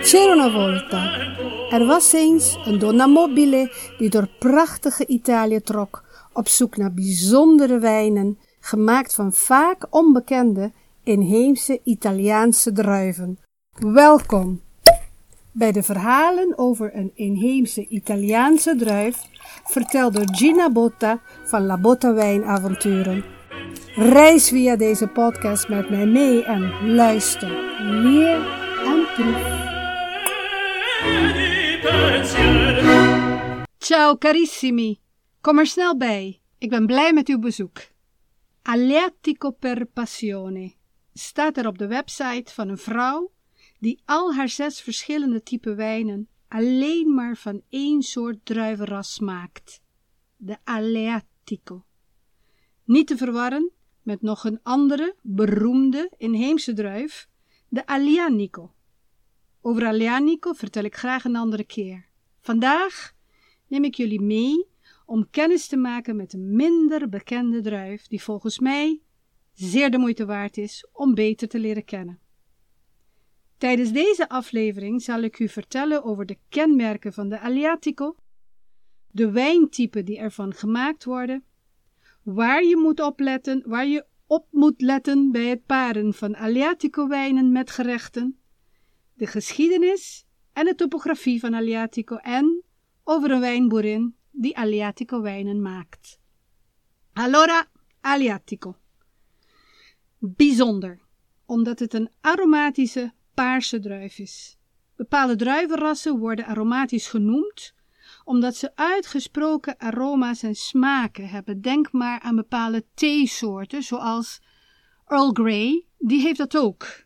C'era una volta. Er was eens een donna mobile die door prachtige Italië trok op zoek naar bijzondere wijnen, gemaakt van vaak onbekende inheemse Italiaanse druiven. Welkom bij de verhalen over een inheemse Italiaanse druif, verteld door Gina Botta van La Botta Wijnavonturen. Reis via deze podcast met mij mee en luister, leer en proef. Ciao carissimi, kom er snel bij. Ik ben blij met uw bezoek. Aleatico per passione staat er op de website van een vrouw die al haar 6 verschillende typen wijnen alleen maar van één soort druivenras maakt. De Aleatico. Niet te verwarren met nog een andere, beroemde inheemse druif, de Aglianico. Over Aglianico vertel ik graag een andere keer. Vandaag neem ik jullie mee om kennis te maken met een minder bekende druif die volgens mij zeer de moeite waard is om beter te leren kennen. Tijdens deze aflevering zal ik u vertellen over de kenmerken van de Aleatico, de wijntypen die ervan gemaakt worden, waar je op moet letten bij het paren van Aleatico wijnen met gerechten, de geschiedenis en de topografie van Aleatico en over een wijnboerin die Aleatico wijnen maakt. Allora, Aleatico. Bijzonder, omdat het een aromatische paarse druif is. Bepaalde druivenrassen worden aromatisch genoemd, omdat ze uitgesproken aroma's en smaken hebben. Denk maar aan bepaalde theesoorten, zoals Earl Grey, die heeft dat ook.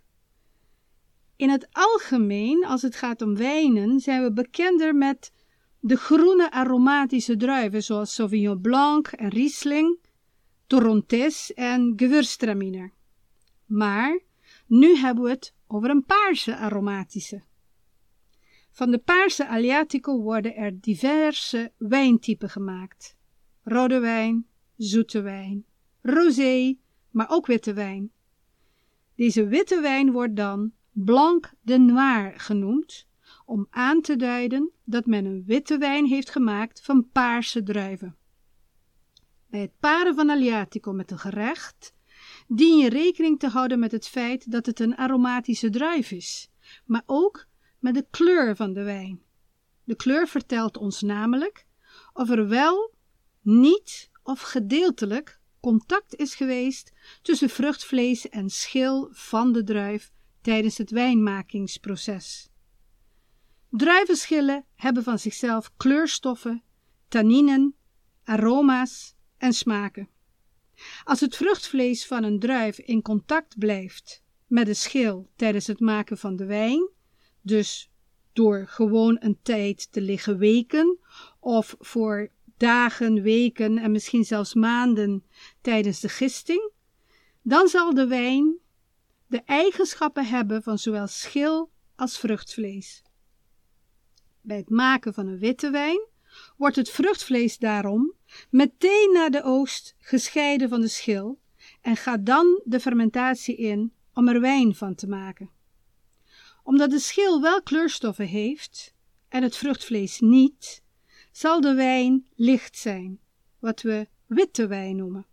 In het algemeen, als het gaat om wijnen, zijn we bekender met de groene aromatische druiven, zoals Sauvignon Blanc en Riesling, Torrontés en Gewürztraminer. Maar nu hebben we het over een paarse aromatische. Van de paarse Aleatico worden er diverse wijntypen gemaakt. Rode wijn, zoete wijn, rosé, maar ook witte wijn. Deze witte wijn wordt dan Blanc de Noir genoemd, om aan te duiden dat men een witte wijn heeft gemaakt van paarse druiven. Bij het paren van Aleatico met een gerecht dien je rekening te houden met het feit dat het een aromatische druif is, maar ook met de kleur van de wijn. De kleur vertelt ons namelijk of er wel, niet of gedeeltelijk contact is geweest tussen vruchtvlees en schil van de druif tijdens het wijnmakingsproces. Druivenschillen hebben van zichzelf kleurstoffen, tanninen, aroma's en smaken. Als het vruchtvlees van een druif in contact blijft met de schil tijdens het maken van de wijn, dus door gewoon een tijd te liggen weken of voor dagen, weken en misschien zelfs maanden tijdens de gisting, dan zal de wijn de eigenschappen hebben van zowel schil als vruchtvlees. Bij het maken van een witte wijn wordt het vruchtvlees daarom meteen na de oogst gescheiden van de schil en gaat dan de fermentatie in om er wijn van te maken. Omdat de schil wel kleurstoffen heeft en het vruchtvlees niet, zal de wijn licht zijn, wat we witte wijn noemen.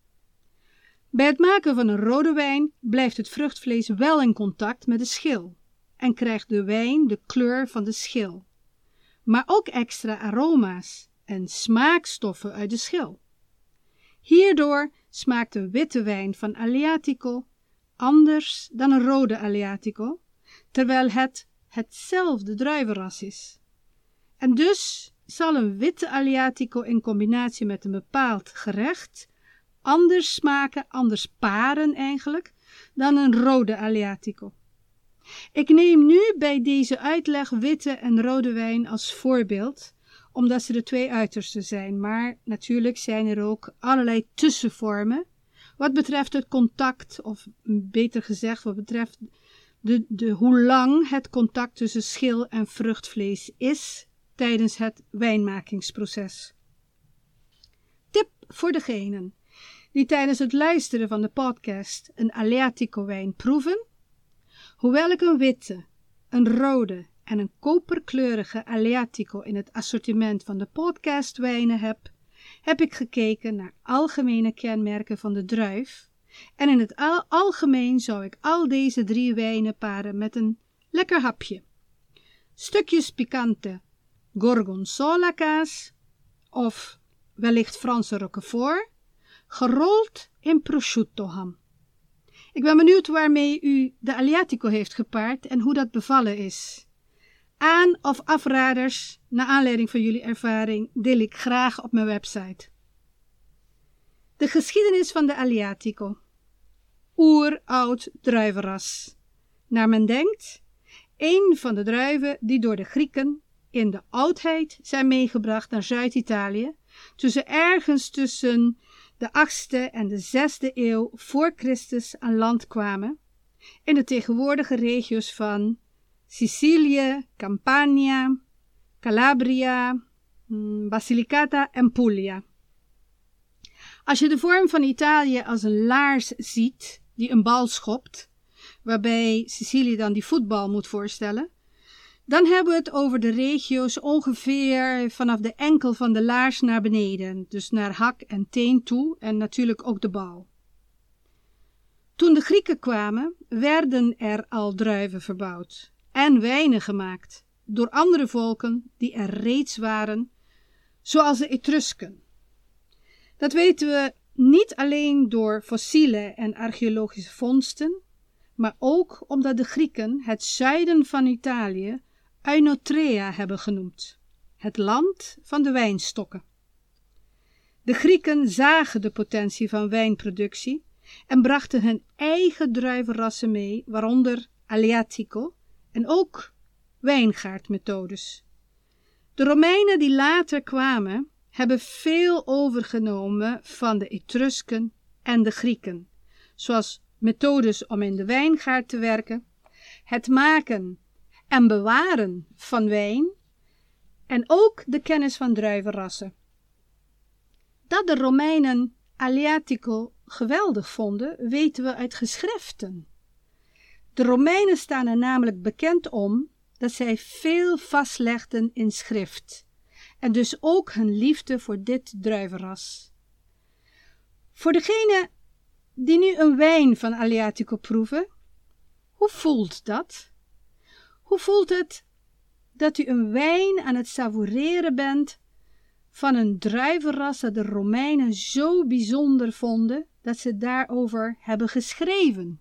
Bij het maken van een rode wijn blijft het vruchtvlees wel in contact met de schil en krijgt de wijn de kleur van de schil, maar ook extra aroma's en smaakstoffen uit de schil. Hierdoor smaakt de witte wijn van Aleatico anders dan een rode Aleatico, terwijl het hetzelfde druivenras is. En dus zal een witte Aleatico in combinatie met een bepaald gerecht anders smaken, anders paren eigenlijk, dan een rode Aleatico. Ik neem nu bij deze uitleg witte en rode wijn als voorbeeld, omdat ze de 2 uitersten zijn, maar natuurlijk zijn er ook allerlei tussenvormen, wat betreft het contact, of beter gezegd, wat betreft hoe lang het contact tussen schil en vruchtvlees is tijdens het wijnmakingsproces. Tip voor degenen die tijdens het luisteren van de podcast een Aleatico wijn proeven. Hoewel ik een witte, een rode en een koperkleurige Aleatico in het assortiment van de podcastwijnen heb ik gekeken naar algemene kenmerken van de druif en in het algemeen zou ik al deze 3 wijnen paren met een lekker hapje. Stukjes pikante gorgonzola kaas of wellicht Franse roquefort, gerold in prosciutto ham. Ik ben benieuwd waarmee u de Aleatico heeft gepaard en hoe dat bevallen is. Aan- of afraders, naar aanleiding van jullie ervaring, deel ik graag op mijn website. De geschiedenis van de Aleatico. Oeroud druivenras. Naar men denkt, een van de druiven die door de Grieken in de oudheid zijn meegebracht naar Zuid-Italië, ergens tussen de 8e en de 6e eeuw voor Christus aan land kwamen, in de tegenwoordige regio's van Sicilië, Campania, Calabria, Basilicata en Puglia. Als je de vorm van Italië als een laars ziet, die een bal schopt, waarbij Sicilië dan die voetbal moet voorstellen, dan hebben we het over de regio's ongeveer vanaf de enkel van de laars naar beneden, dus naar hak en teen toe en natuurlijk ook de bal. Toen de Grieken kwamen, werden er al druiven verbouwd en wijnen gemaakt door andere volken die er reeds waren, zoals de Etrusken. Dat weten we niet alleen door fossielen en archeologische vondsten, maar ook omdat de Grieken het zuiden van Italië Oinotrea hebben genoemd, het land van de wijnstokken. De Grieken zagen de potentie van wijnproductie en brachten hun eigen druivenrassen mee, waaronder Aleatico en ook wijngaardmethodes. De Romeinen die later kwamen, hebben veel overgenomen van de Etrusken en de Grieken, zoals methodes om in de wijngaard te werken, het maken en bewaren van wijn en ook de kennis van druivenrassen. Dat de Romeinen Aleatico geweldig vonden, weten we uit geschriften. De Romeinen staan er namelijk bekend om dat zij veel vastlegden in schrift en dus ook hun liefde voor dit druivenras. Voor degenen die nu een wijn van Aleatico proeven, hoe voelt dat? Hoe voelt het dat u een wijn aan het savoureren bent van een druivenras dat de Romeinen zo bijzonder vonden dat ze daarover hebben geschreven?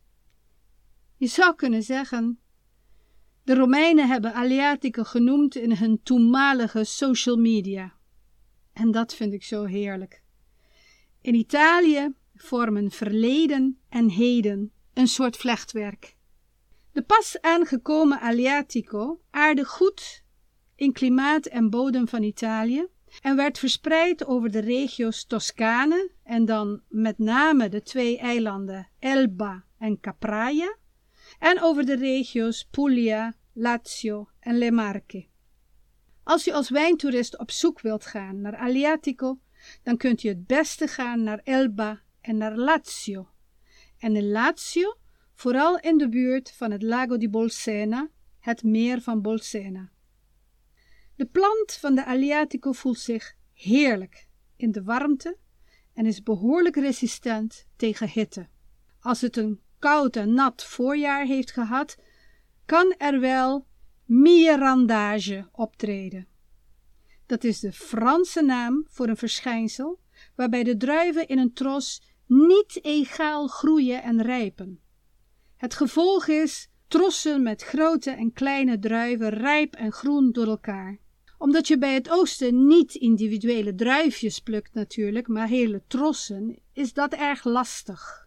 Je zou kunnen zeggen, de Romeinen hebben Aleatico genoemd in hun toenmalige social media. En dat vind ik zo heerlijk. In Italië vormen verleden en heden een soort vlechtwerk. De pas aangekomen Aleatico aardde goed in klimaat en bodem van Italië en werd verspreid over de regio's Toscane en dan met name de 2 eilanden Elba en Capraia en over de regio's Puglia, Lazio en Le Marche. Als u als wijntoerist op zoek wilt gaan naar Aleatico, dan kunt u het beste gaan naar Elba en naar Lazio. En in Lazio vooral in de buurt van het Lago di Bolsena, het meer van Bolsena. De plant van de Aleatico voelt zich heerlijk in de warmte en is behoorlijk resistent tegen hitte. Als het een koud en nat voorjaar heeft gehad, kan er wel mirandage optreden. Dat is de Franse naam voor een verschijnsel waarbij de druiven in een tros niet egaal groeien en rijpen. Het gevolg is trossen met grote en kleine druiven rijp en groen door elkaar. Omdat je bij het oosten niet individuele druifjes plukt natuurlijk, maar hele trossen, is dat erg lastig.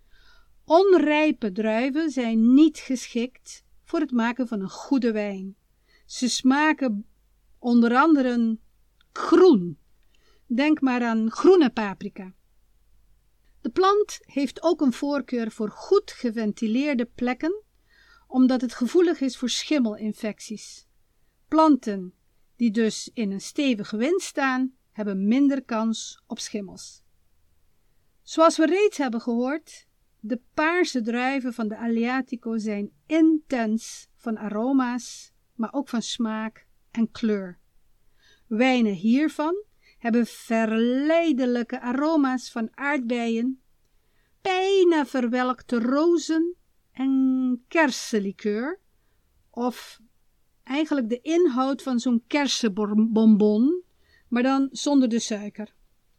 Onrijpe druiven zijn niet geschikt voor het maken van een goede wijn. Ze smaken onder andere groen. Denk maar aan groene paprika. De plant heeft ook een voorkeur voor goed geventileerde plekken, omdat het gevoelig is voor schimmelinfecties. Planten die dus in een stevige wind staan, hebben minder kans op schimmels. Zoals we reeds hebben gehoord, de paarse druiven van de Aleatico zijn intens van aroma's maar ook van smaak en kleur. Wijnen hiervan hebben verleidelijke aroma's van aardbeien, bijna verwelkte rozen en kersenlikeur, of eigenlijk de inhoud van zo'n kersenbonbon, maar dan zonder de suiker.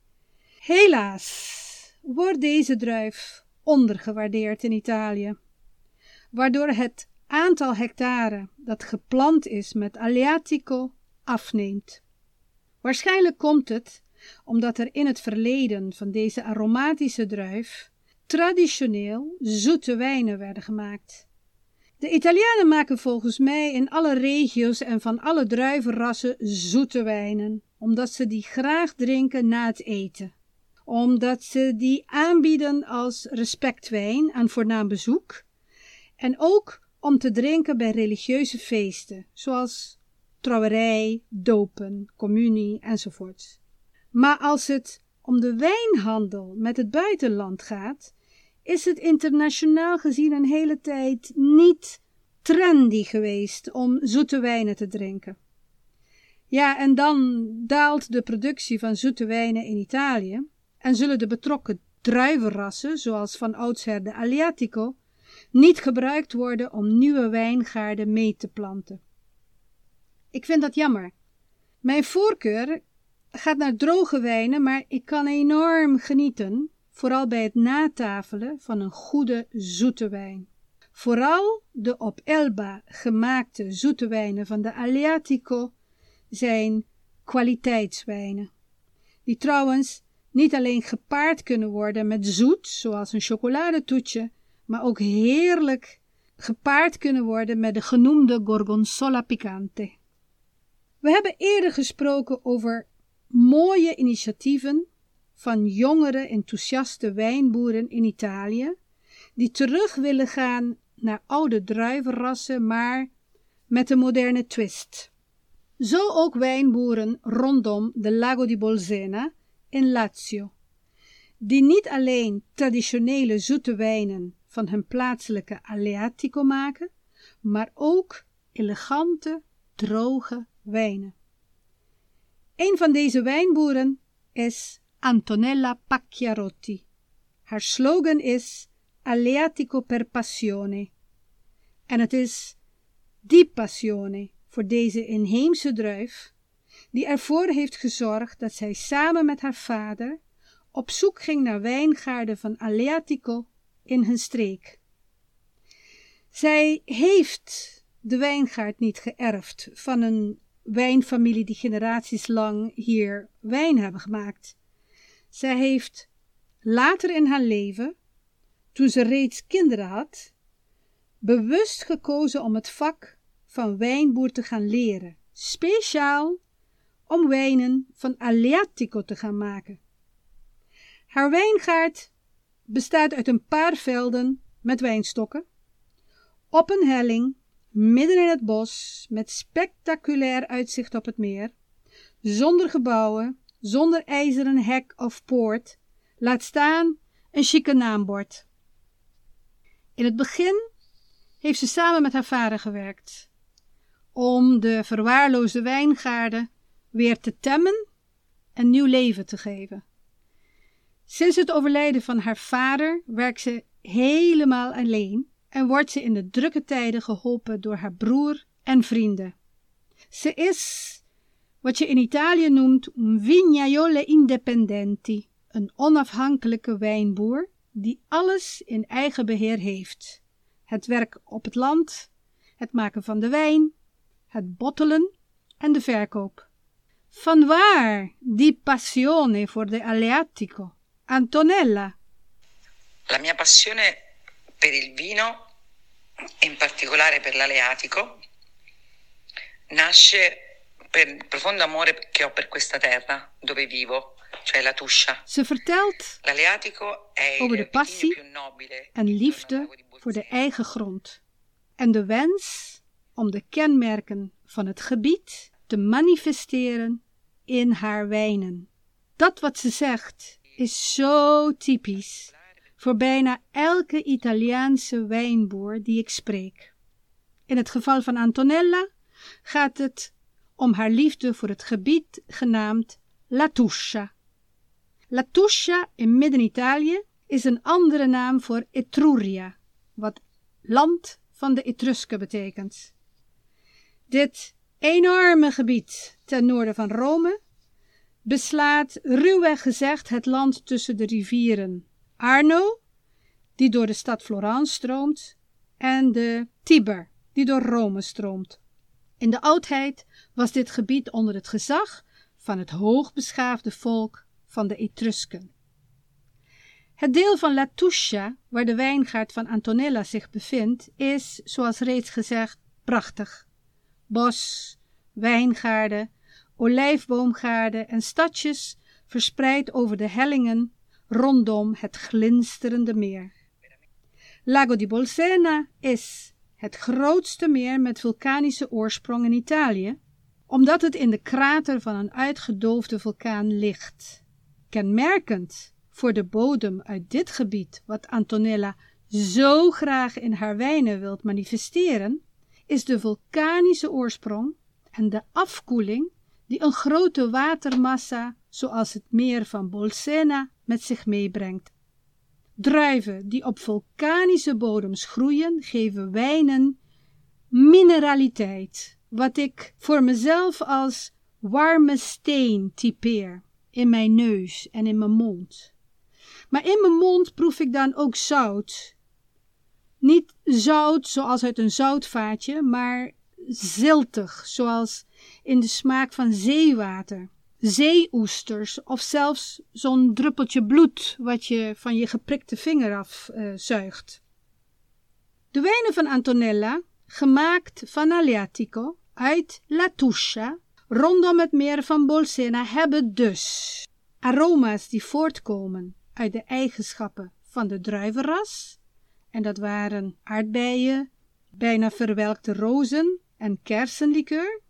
Helaas wordt deze druif ondergewaardeerd in Italië, waardoor het aantal hectare dat geplant is met Aleatico afneemt. Waarschijnlijk komt het omdat er in het verleden van deze aromatische druif traditioneel zoete wijnen werden gemaakt. De Italianen maken volgens mij in alle regio's en van alle druivenrassen zoete wijnen, omdat ze die graag drinken na het eten. Omdat ze die aanbieden als respectwijn aan voornaam bezoek en ook om te drinken bij religieuze feesten, zoals trouwerij, dopen, communie enzovoorts. Maar als het om de wijnhandel met het buitenland gaat, is het internationaal gezien een hele tijd niet trendy geweest om zoete wijnen te drinken. Ja, en dan daalt de productie van zoete wijnen in Italië en zullen de betrokken druivenrassen, zoals van oudsher de Aleatico, niet gebruikt worden om nieuwe wijngaarden mee te planten. Ik vind dat jammer. Mijn voorkeur gaat naar droge wijnen, maar ik kan enorm genieten, vooral bij het natafelen van een goede zoete wijn. Vooral de op Elba gemaakte zoete wijnen van de Aleatico zijn kwaliteitswijnen, die trouwens niet alleen gepaard kunnen worden met zoet, zoals een chocoladetoetje, maar ook heerlijk gepaard kunnen worden met de genoemde gorgonzola picante. We hebben eerder gesproken over mooie initiatieven van jongere enthousiaste wijnboeren in Italië, die terug willen gaan naar oude druivenrassen, maar met een moderne twist. Zo ook wijnboeren rondom de Lago di Bolsena in Lazio, die niet alleen traditionele zoete wijnen van hun plaatselijke Aleatico maken, maar ook elegante, droge wijnen. Een van deze wijnboeren is Antonella Pacchiarotti. Haar slogan is Aleatico per passione. En het is die passione voor deze inheemse druif die ervoor heeft gezorgd dat zij samen met haar vader op zoek ging naar wijngaarden van Aleatico in hun streek. Zij heeft de wijngaard niet geërfd van een wijnfamilie die generaties lang hier wijn hebben gemaakt. Zij heeft later in haar leven, toen ze reeds kinderen had, bewust gekozen om het vak van wijnboer te gaan leren, speciaal om wijnen van Aleatico te gaan maken. Haar wijngaard bestaat uit een paar velden met wijnstokken, op een helling, midden in het bos, met spectaculair uitzicht op het meer, zonder gebouwen, zonder ijzeren hek of poort, laat staan een chique naambord. In het begin heeft ze samen met haar vader gewerkt, om de verwaarloosde wijngaarden weer te temmen en nieuw leven te geven. Sinds het overlijden van haar vader werkt ze helemaal alleen en wordt ze in de drukke tijden geholpen door haar broer en vrienden. Ze is wat je in Italië noemt un vignaiolo indipendenti, een onafhankelijke wijnboer die alles in eigen beheer heeft. Het werk op het land, het maken van de wijn, het bottelen en de verkoop. Vanwaar die passione voor de Aleatico? Antonella. La mia passione per il vino, in particolare per l'Aleatico, nasce per il profondo amore che ho per questa terra dove vivo, cioè la Tuscia. Ze vertelt over de passie en liefde voor de eigen grond en de wens om de kenmerken van het gebied te manifesteren in haar wijnen. Dat wat ze zegt is zo typisch voor bijna elke Italiaanse wijnboer die ik spreek. In het geval van Antonella gaat het om haar liefde voor het gebied genaamd Lattuscia. Lattuscia in Midden-Italië is een andere naam voor Etruria, wat land van de Etrusken betekent. Dit enorme gebied ten noorden van Rome beslaat ruwweg gezegd het land tussen de rivieren Arno, die door de stad Florence stroomt, en de Tiber, die door Rome stroomt. In de oudheid was dit gebied onder het gezag van het hoogbeschaafde volk van de Etrusken. Het deel van Lattuscia, waar de wijngaard van Antonella zich bevindt, is, zoals reeds gezegd, prachtig. Bos, wijngaarden, olijfboomgaarden en stadjes verspreid over de hellingen rondom het glinsterende meer. Lago di Bolsena is het grootste meer met vulkanische oorsprong in Italië, omdat het in de krater van een uitgedoofde vulkaan ligt. Kenmerkend voor de bodem uit dit gebied, wat Antonella zo graag in haar wijnen wilt manifesteren, is de vulkanische oorsprong en de afkoeling die een grote watermassa, zoals het meer van Bolsena, met zich meebrengt. Druiven die op vulkanische bodems groeien, geven wijnen mineraliteit, wat ik voor mezelf als warme steen typeer, in mijn neus en in mijn mond. Maar in mijn mond proef ik dan ook zout. Niet zout zoals uit een zoutvaatje, maar ziltig, zoals in de smaak van zeewater, zeeoesters of zelfs zo'n druppeltje bloed wat je van je geprikte vinger afzuigt. De wijnen van Antonella, gemaakt van Aleatico uit Lattuscia, rondom het meer van Bolsena, hebben dus aroma's die voortkomen uit de eigenschappen van de druivenras, en dat waren aardbeien, bijna verwelkte rozen en kersenlikeur,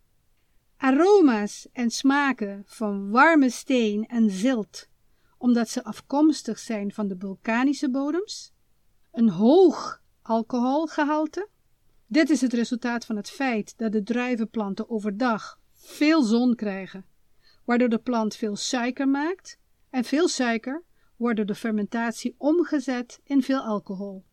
aroma's en smaken van warme steen en zilt, omdat ze afkomstig zijn van de vulkanische bodems, een hoog alcoholgehalte. Dit is het resultaat van het feit dat de druivenplanten overdag veel zon krijgen, waardoor de plant veel suiker maakt, en veel suiker wordt door de fermentatie omgezet in veel alcohol.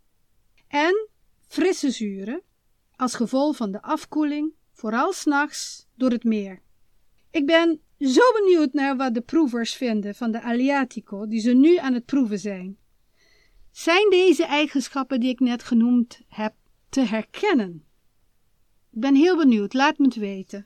En frisse zuren, als gevolg van de afkoeling, vooral 's nachts door het meer. Ik ben zo benieuwd naar wat de proevers vinden van de Aleatico die ze nu aan het proeven zijn. Zijn deze eigenschappen die ik net genoemd heb te herkennen? Ik ben heel benieuwd, laat me het weten.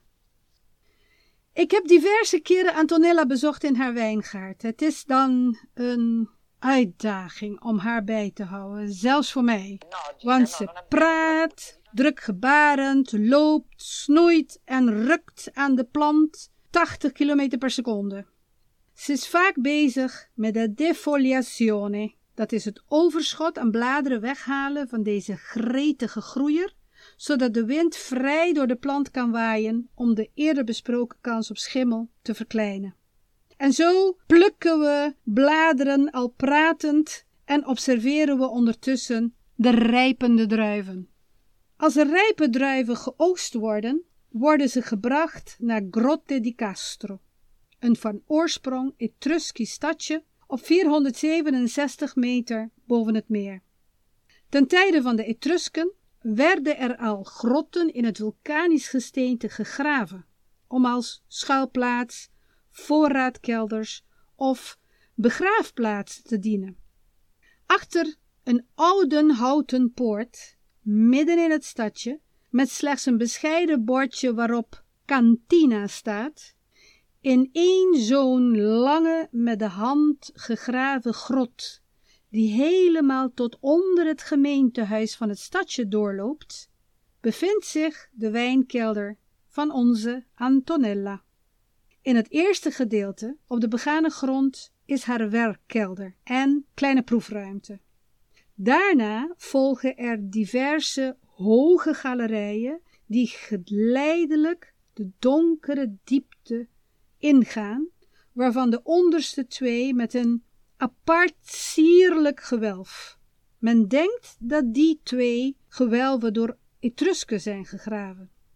Ik heb diverse keren Antonella bezocht in haar wijngaard. Het is dan een uitdaging om haar bij te houden, zelfs voor mij. Want ze praat, drukgebarend, loopt, snoeit en rukt aan de plant 80 km per seconde. Ze is vaak bezig met de defoliazione, dat is het overschot aan bladeren weghalen van deze gretige groeier, zodat de wind vrij door de plant kan waaien om de eerder besproken kans op schimmel te verkleinen. En zo plukken we bladeren al pratend en observeren we ondertussen de rijpende druiven. Als de rijpe druiven geoogst worden, worden ze gebracht naar Grotte di Castro, een van oorsprong Etruskisch stadje op 467 meter boven het meer. Ten tijde van de Etrusken werden er al grotten in het vulkanisch gesteente gegraven, om als schuilplaats, voorraadkelders of begraafplaats te dienen. Achter een oude houten poort, midden in het stadje, met slechts een bescheiden bordje waarop Cantina staat, in één zo'n lange met de hand gegraven grot, die helemaal tot onder het gemeentehuis van het stadje doorloopt, bevindt zich de wijnkelder van onze Antonella. In het eerste gedeelte, op de begane grond, is haar werkkelder en kleine proefruimte. Daarna volgen er diverse hoge galerijen die geleidelijk de donkere diepte ingaan, waarvan de onderste twee met een apart sierlijk gewelf. Men denkt dat die twee gewelven door Etrusken zijn gegraven.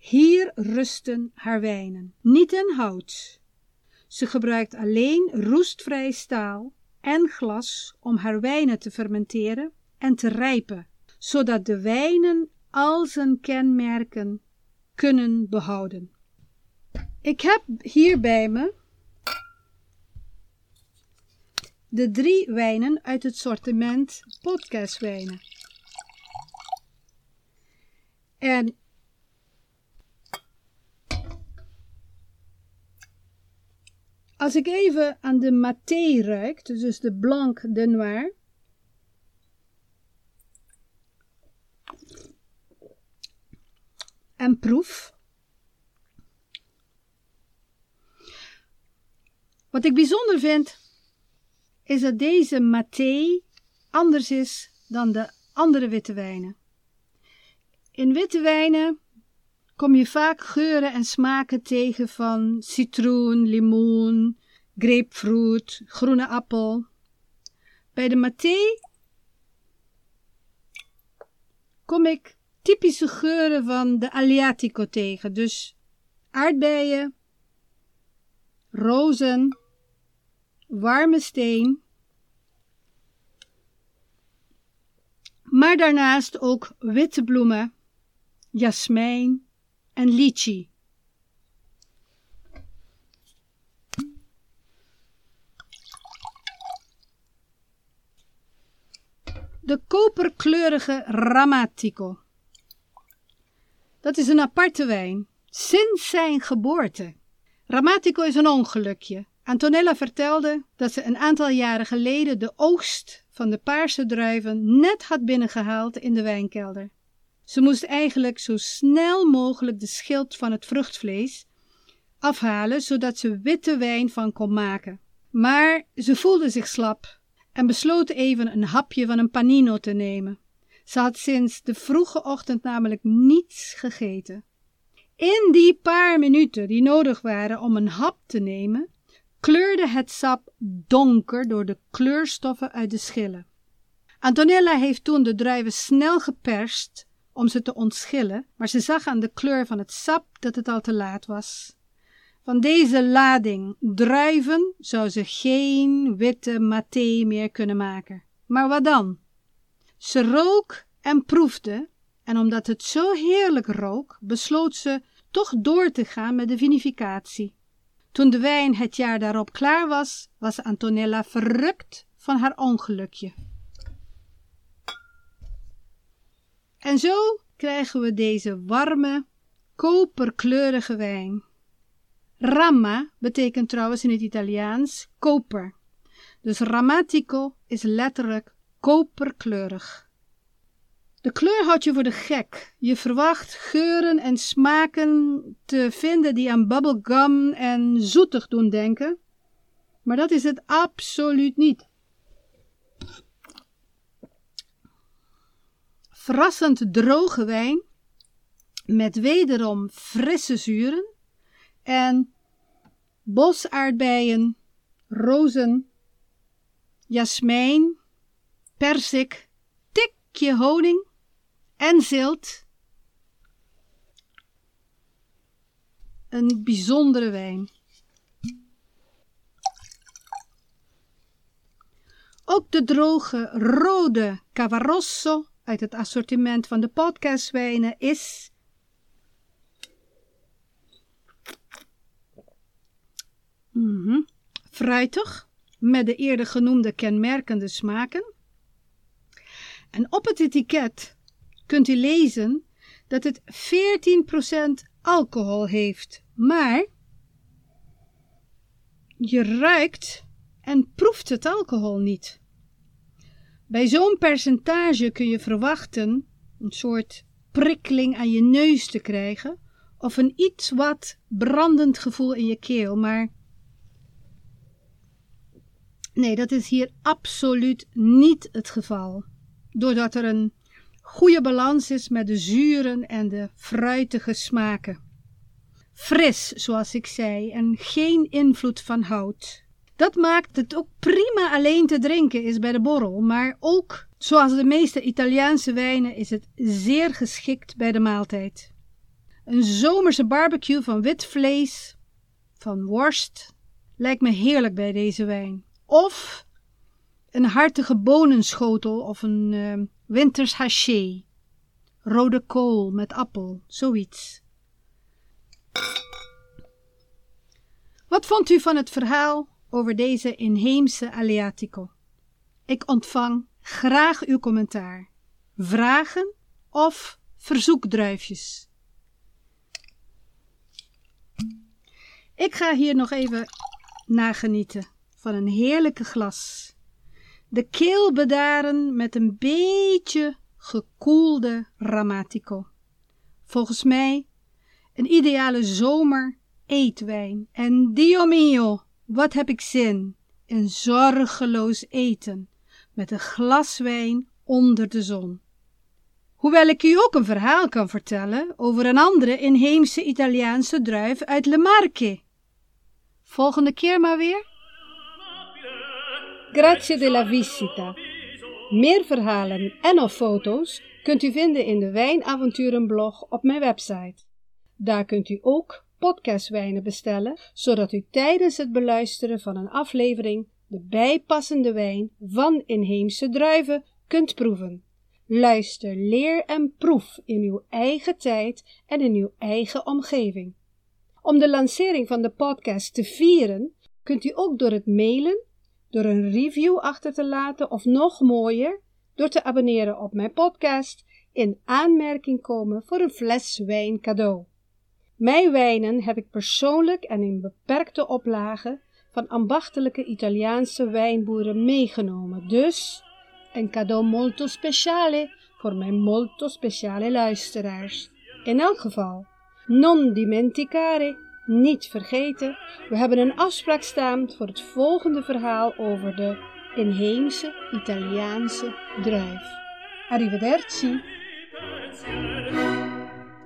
Hier rusten haar wijnen, niet in hout. Ze gebruikt alleen roestvrij staal en glas om haar wijnen te fermenteren en te rijpen, zodat de wijnen al zijn kenmerken kunnen behouden. Ik heb hier bij me de 3 wijnen uit het sortiment podcastwijnen. En als ik even aan de Maté ruik, dus de Blanc de Noir, en proef. Wat ik bijzonder vind, is dat deze Maté anders is dan de andere witte wijnen. In witte wijnen kom je vaak geuren en smaken tegen van citroen, limoen, grapefruit, groene appel. Bij de Maté kom ik typische geuren van de Aleatico tegen, dus aardbeien, rozen, warme steen, maar daarnaast ook witte bloemen, jasmijn en lychee. De koperkleurige Ramatico. Dat is een aparte wijn, sinds zijn geboorte. Ramatico is een ongelukje. Antonella vertelde dat ze een aantal jaren geleden de oogst van de paarse druiven net had binnengehaald in de wijnkelder. Ze moest eigenlijk zo snel mogelijk de schild van het vruchtvlees afhalen, zodat ze witte wijn van kon maken. Maar ze voelde zich slap en besloot even een hapje van een panino te nemen. Ze had sinds de vroege ochtend namelijk niets gegeten. In die paar minuten die nodig waren om een hap te nemen, kleurde het sap donker door de kleurstoffen uit de schillen. Antonella heeft toen de druiven snel geperst om ze te ontschillen, maar ze zag aan de kleur van het sap dat het al te laat was. Van deze lading druiven zou ze geen witte Maté meer kunnen maken. Maar wat dan? Ze rook en proefde, en omdat het zo heerlijk rook, besloot ze toch door te gaan met de vinificatie. Toen de wijn het jaar daarop klaar was, was Antonella verrukt van haar ongelukje. En zo krijgen we deze warme, koperkleurige wijn. Ramma betekent trouwens in het Italiaans koper. Dus Ramatico is letterlijk koperkleurig. De kleur houdt je voor de gek. Je verwacht geuren en smaken te vinden die aan bubblegum en zoetig doen denken. Maar dat is het absoluut niet. Verrassend droge wijn met wederom frisse zuren en bosaardbeien, rozen, jasmijn, persik, tikje honing en zilt. Een bijzondere wijn. Ook de droge rode Cavarosso uit het assortiment van de podcastwijnen is fruitig, met de eerder genoemde kenmerkende smaken. En op het etiket kunt u lezen dat het 14% alcohol heeft, maar je ruikt en proeft het alcohol niet. Bij zo'n percentage kun je verwachten een soort prikkeling aan je neus te krijgen of een iets wat brandend gevoel in je keel, maar nee, dat is hier absoluut niet het geval. Doordat er een goede balans is met de zuren en de fruitige smaken. Fris, zoals ik zei, en geen invloed van hout. Dat maakt het ook prima alleen te drinken is bij de borrel, maar ook, zoals de meeste Italiaanse wijnen, is het zeer geschikt bij de maaltijd. Een zomerse barbecue van wit vlees, van worst, lijkt me heerlijk bij deze wijn. Of een hartige bonenschotel of een winters haché. Rode kool met appel, zoiets. Wat vond u van het verhaal over deze inheemse Aleatico? Ik ontvang graag uw commentaar, vragen of verzoekdruifjes. Ik ga hier nog even nagenieten van een heerlijke glas. De keel bedaren met een beetje gekoelde Ramatico. Volgens mij een ideale zomer eetwijn. En Dio mio, wat heb ik zin in zorgeloos eten met een glas wijn onder de zon. Hoewel ik u ook een verhaal kan vertellen over een andere inheemse Italiaanse druif uit Le Marche. Volgende keer maar weer. Grazie della visita. Meer verhalen en of foto's kunt u vinden in de Wijnavonturenblog op mijn website. Daar kunt u ook podcastwijnen bestellen, zodat u tijdens het beluisteren van een aflevering de bijpassende wijn van inheemse druiven kunt proeven. Luister, leer en proef in uw eigen tijd en in uw eigen omgeving. Om de lancering van de podcast te vieren, kunt u ook door het mailen, door een review achter te laten of nog mooier, door te abonneren op mijn podcast, in aanmerking komen voor een fles wijn cadeau. Mijn wijnen heb ik persoonlijk en in beperkte oplagen van ambachtelijke Italiaanse wijnboeren meegenomen, dus een cadeau molto speciale voor mijn molto speciale luisteraars. In elk geval, non dimenticare, niet vergeten, we hebben een afspraak staan voor het volgende verhaal over de inheemse Italiaanse druif. Arrivederci!